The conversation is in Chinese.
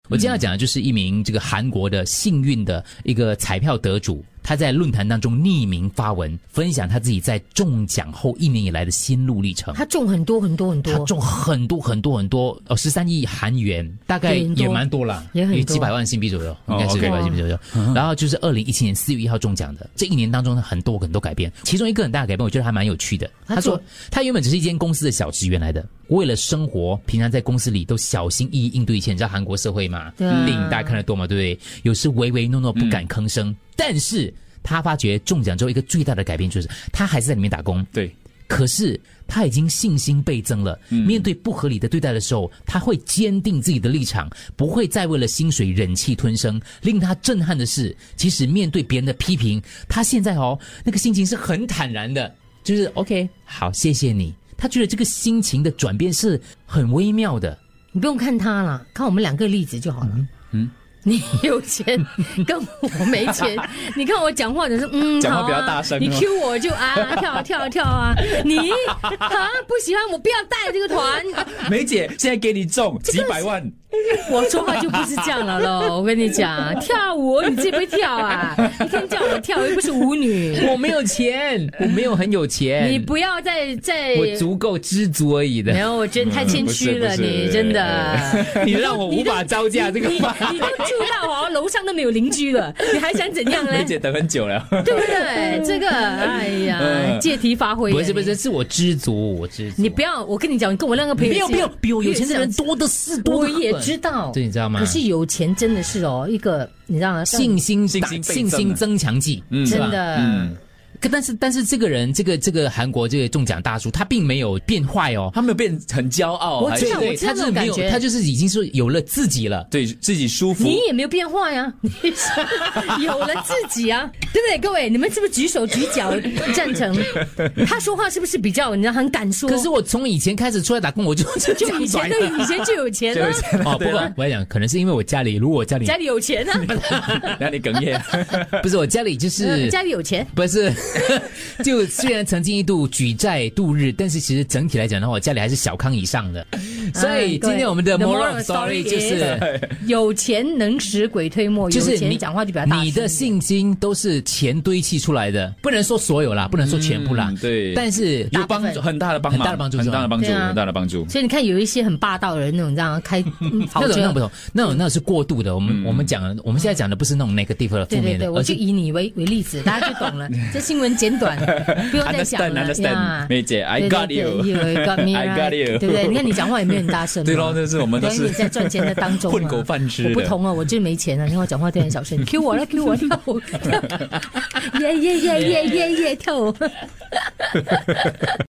我今天要讲的就是一名这个韩国的幸运的一个彩票得主，他在论坛当中匿名发文，分享他自己在中奖后1年以来的心路历程。 他中很多很多很多， 他中很多很多很多13亿韩元，大概也蛮多啦， 也很多， 几百万新币左右，应该是几百万新币左右。然后就是2017年4月1号中奖的，这1年当中很多改变，其中一个很大的改变，我觉得还蛮有趣的。他说他原本只是一间公司的小职员来的，为了生活，平常在公司里都小心翼翼应对一切。你知道韩国社会嘛？电影大家看得多嘛，对不对？有时唯唯诺诺不敢吭声，但是他发觉中奖之后一个最大的改变就是他还是在里面打工， 对， 可是他已经信心倍增了，面对不合理的对待的时候，他会坚定自己的立场，不会再为了薪水忍气吞声。令他震撼的是，即使面对别人的批评，他现在那个心情是很坦然的，就是 OK 好，谢谢你。他觉得这个心情的转变是很微妙的。 你不用看他了，看我们2个例子就好了。你有钱跟我没钱，你看我讲话就是讲话比较大声， 你 Q 我就跳啊，你不喜欢我不要带这个团。 梅姐现在给你中几百万， 我说话就不是这样了咯。我跟你讲，跳舞你自己不会跳啊？你看叫我跳，我又不是舞女。 我没有钱，我没有很有钱。 你不要再我足够知足而已的。 没有，我觉得你太谦虚了，你真的。 你让我无法招架这个话。 你都住到楼上都没有邻居了，你还想怎样呢？ 梅姐等很久了， 对不对？这个，哎呀，借题发挥。 不是，是我知足，我知足。 你不要，我跟你讲，你跟我那个朋友， 不要，比我有钱的人多的是，多的很。 我也知道， 对，你知道吗？ 可是有钱真的是一个，你知道吗？ 信心增强剂， 真的。 但是这个人，这个韩国这个中奖大叔，他并没有变坏哦， 他没有变很骄傲， 我知道他就是没有，他就是已经说有了自己了， 对自己舒服。 你也没有变坏呀，你有了自己啊，对不对？各位，你们是不是举手举脚赞成？他说话是不是比较你知道很敢说？ 可是我从以前开始出来打工，我就以前就有钱了。 不过我来讲，可能是因为我家里，如果家里有钱啊， 让你哽咽。 不是我家里就是家里有钱， 不是。就虽然曾经一度举债度日，但是其实整体来讲的话，我家里还是小康以上的。所以今天我们的 moral story 就是有钱能使鬼推磨， 就是有钱讲话就比较大声。 你的信心都是钱堆砌出来的，不能说所有啦，不能说全部啦。 对， 但是有帮助，很大的帮助。 所以你看，有一些很霸道的人，那种这样开那种不同，那是过度的。我们现在讲的不是那种 negative 的负面的。 对，我就以你为例子，大家就懂了。这新闻简短，不用再讲了。 梅姐 ，I got you，I got you，对不对？你看你讲话也没有很大声。 对咯，这是我们都是你在赚钱的当中混口饭吃。 我不同啊，我就没钱啊，你看我讲话都很小声。Q 我了，跳舞，耶，跳舞。